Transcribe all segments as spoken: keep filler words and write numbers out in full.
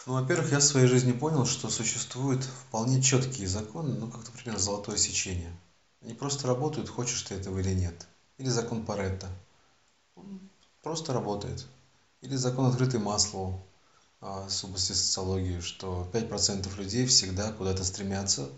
Ну, во-первых, я в своей жизни понял, что существуют вполне четкие законы, ну, как, например, золотое сечение. Они просто работают, хочешь ты этого или нет. Или закон Паретта. Он просто работает. Или закон открытый Маслоу а, с области социологии, что пять процентов людей всегда куда-то стремятся,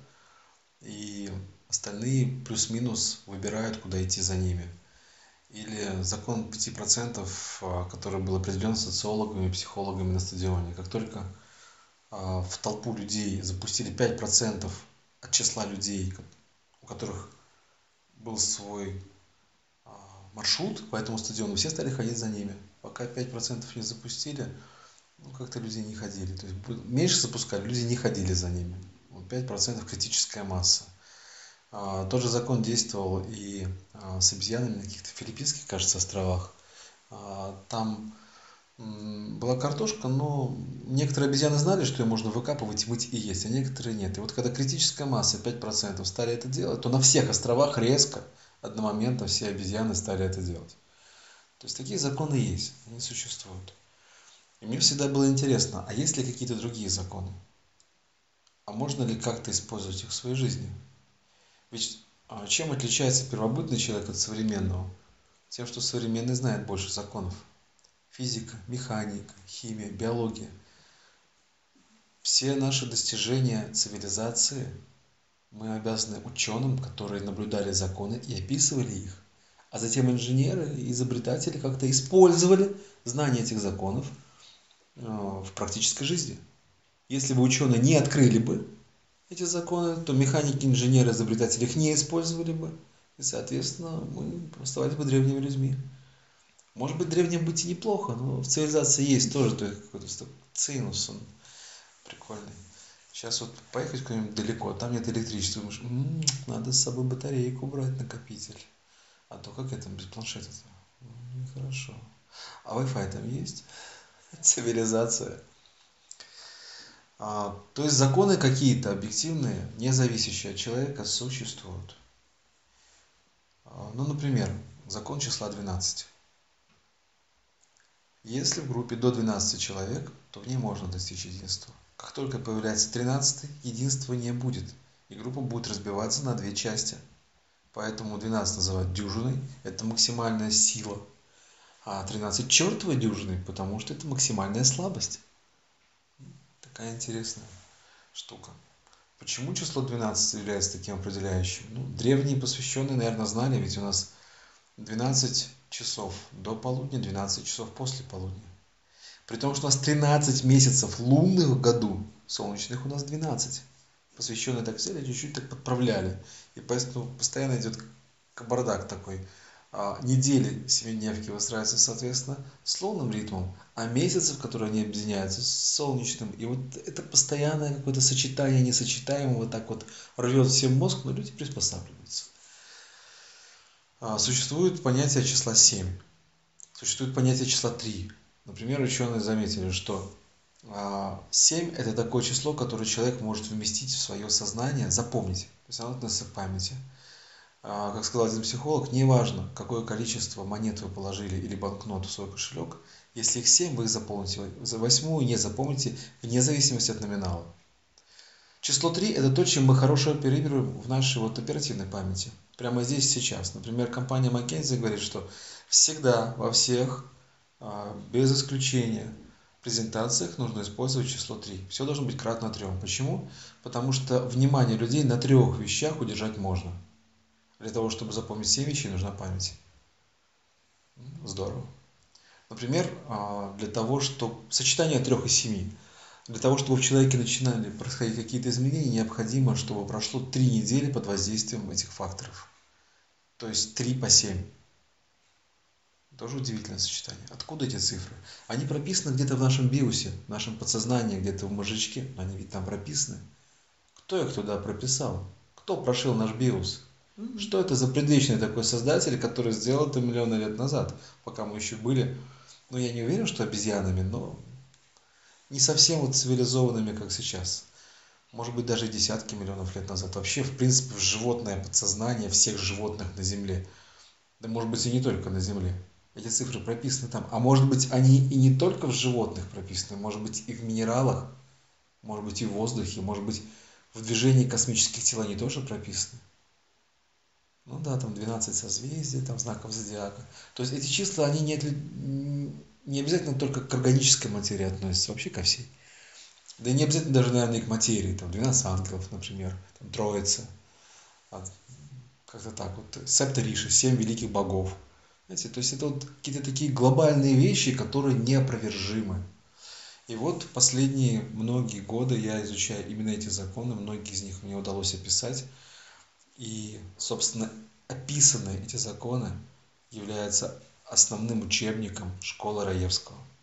и остальные плюс-минус выбирают, куда идти за ними. Или закон пяти процентов, а, который был определен социологами и психологами на стадионе. Как только а, в толпу людей запустили пять процентов от числа людей, у которых был свой а, маршрут по этому стадиону, все стали ходить за ними. Пока пять процентов не запустили, ну, как-то люди не ходили. То есть меньше запускали, люди не ходили за ними. Вот пять процентов критическая масса. А, тот же закон действовал и а, с обезьянами на каких-то филиппинских, кажется, островах. А, там была картошка, но некоторые обезьяны знали, что ее можно выкапывать, мыть и есть, а некоторые нет. И вот когда критическая масса пять процентов стали это делать, то на всех островах резко, одномоментно все обезьяны стали это делать. То есть такие законы есть, они существуют. И мне всегда было интересно, а есть ли какие-то другие законы? А можно ли как-то использовать их в своей жизни? Ведь а, чем отличается первобытный человек от современного? Тем, что современный знает больше законов. Физика, механика, химия, биология. Все наши достижения цивилизации мы обязаны ученым, которые наблюдали законы и описывали их. А затем инженеры и изобретатели как-то использовали знания этих законов э, в практической жизни. Если бы ученые не открыли бы эти законы, то механики, инженеры, изобретатели их не использовали бы. И, соответственно, мы оставались бы древними людьми. Может быть, древним быть и неплохо, но в цивилизации есть тоже какой-то цинус, он прикольный. Сейчас вот поехать куда-нибудь далеко, там нет электричества, думаешь, м-м, надо с собой батарейку брать, накопитель. А то как это без планшета-то? Ну, нехорошо. А Wi-Fi там есть? Цивилизация. А, то есть законы какие-то объективные, не зависящие от человека, существуют. А, ну, например, закон числа двенадцать. Если в группе до двенадцати человек, то в ней можно достичь единства. Как только появляется тринадцатый, единства не будет, и группа будет разбиваться на две части. Поэтому двенадцать называют дюжиной, это максимальная сила, а тринадцать чертовой дюжиной, потому что это максимальная слабость. Такая интересная штука. Почему число двенадцать является таким определяющим? Ну, древние посвященные, наверное, знали, ведь у нас двенадцать часов до полудня, двенадцать часов после полудня. При том, что у нас тринадцать месяцев лунных в году, солнечных у нас двенадцать. Посвященные так взяли, чуть-чуть так подправляли. И поэтому постоянно идет бардак такой. А недели семидневки выстраиваются, соответственно, с лунным ритмом, а месяцы, в которые они объединяются, с солнечным. И вот это постоянное какое-то сочетание несочетаемого так вот рвет всем мозг, но люди приспосабливаются. А, существует понятие числа семь. Существует понятие числа три. Например, ученые заметили, что семь это такое число, которое человек может вместить в свое сознание, запомнить. То есть оно относится к памяти. Как сказал один психолог, неважно, какое количество монет вы положили или банкнот в свой кошелек, если их семь, вы их запомните. За восьмую не запомните, вне зависимости от номинала. Число три это то, чем мы хорошо оперируем в нашей вот оперативной памяти. Прямо здесь и сейчас. Например, компания McKinsey говорит, что всегда во всех, без исключения, презентациях нужно использовать число три. Все должно быть кратно трем. Почему? Потому что внимание людей на трех вещах удержать можно. Для того, чтобы запомнить семь вещей, нужна память. Здорово. Например, для того, чтобы сочетание трех и семи. Для того, чтобы в человеке начинали происходить какие-то изменения, необходимо, чтобы прошло три недели под воздействием этих факторов. То есть три по семь. Тоже удивительное сочетание. Откуда эти цифры? Они прописаны где-то в нашем биосе, в нашем подсознании, где-то в мозжечке. Они ведь там прописаны. Кто их туда прописал? Кто прошил наш биос? Что это за предвечный такой создатель, который сделал это миллионы лет назад, пока мы еще были, ну я не уверен, что обезьянами, но не совсем вот цивилизованными, как сейчас. Может быть, даже десятки миллионов лет назад. Вообще, в принципе, в животное подсознание всех животных на Земле. Да может быть и не только на Земле. Эти цифры прописаны там. А может быть, они и не только в животных прописаны, может быть и в минералах, может быть и в воздухе, может быть в движении космических тел они тоже прописаны. Ну да, там двенадцать созвездий, там знаков зодиака. То есть эти числа, они не, отли- не обязательно только к органической материи относятся, вообще ко всей. Да и не обязательно даже, наверное, и к материи. Там двенадцать ангелов, например, там Троица. А, как-то так вот. Септа-риши, семь великих богов. Знаете, то есть это вот какие-то такие глобальные вещи, которые неопровержимы. И вот последние многие годы я изучаю именно эти законы, многие из них мне удалось описать. И, собственно, описанные эти законы являются основным учебником школы Раевского.